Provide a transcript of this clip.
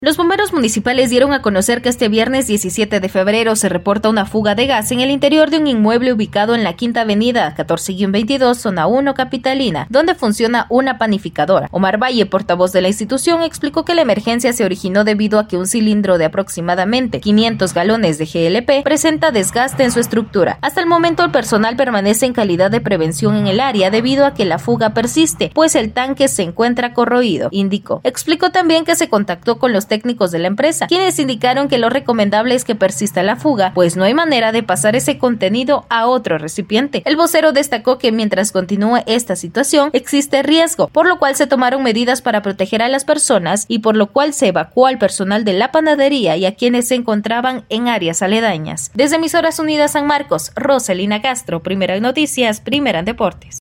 Los bomberos municipales dieron a conocer que este viernes 17 de febrero se reporta una fuga de gas en el interior de un inmueble ubicado en la Quinta Avenida 14-22, zona 1 capitalina, donde funciona una panificadora. Omar Valle, portavoz de la institución, explicó que la emergencia se originó debido a que un cilindro de aproximadamente 500 galones de GLP presenta desgaste en su estructura. Hasta el momento el personal permanece en calidad de prevención en el área debido a que la fuga persiste, pues el tanque se encuentra corroído, indicó. Explicó también que se contactó con los técnicos de la empresa, quienes indicaron que lo recomendable es que persista la fuga, pues no hay manera de pasar ese contenido a otro recipiente. El vocero destacó que mientras continúe esta situación, existe riesgo, por lo cual se tomaron medidas para proteger a las personas y por lo cual se evacuó al personal de la panadería y a quienes se encontraban en áreas aledañas. Desde Emisoras Unidas San Marcos, Roselina Castro, Primera en Noticias, Primera en Deportes.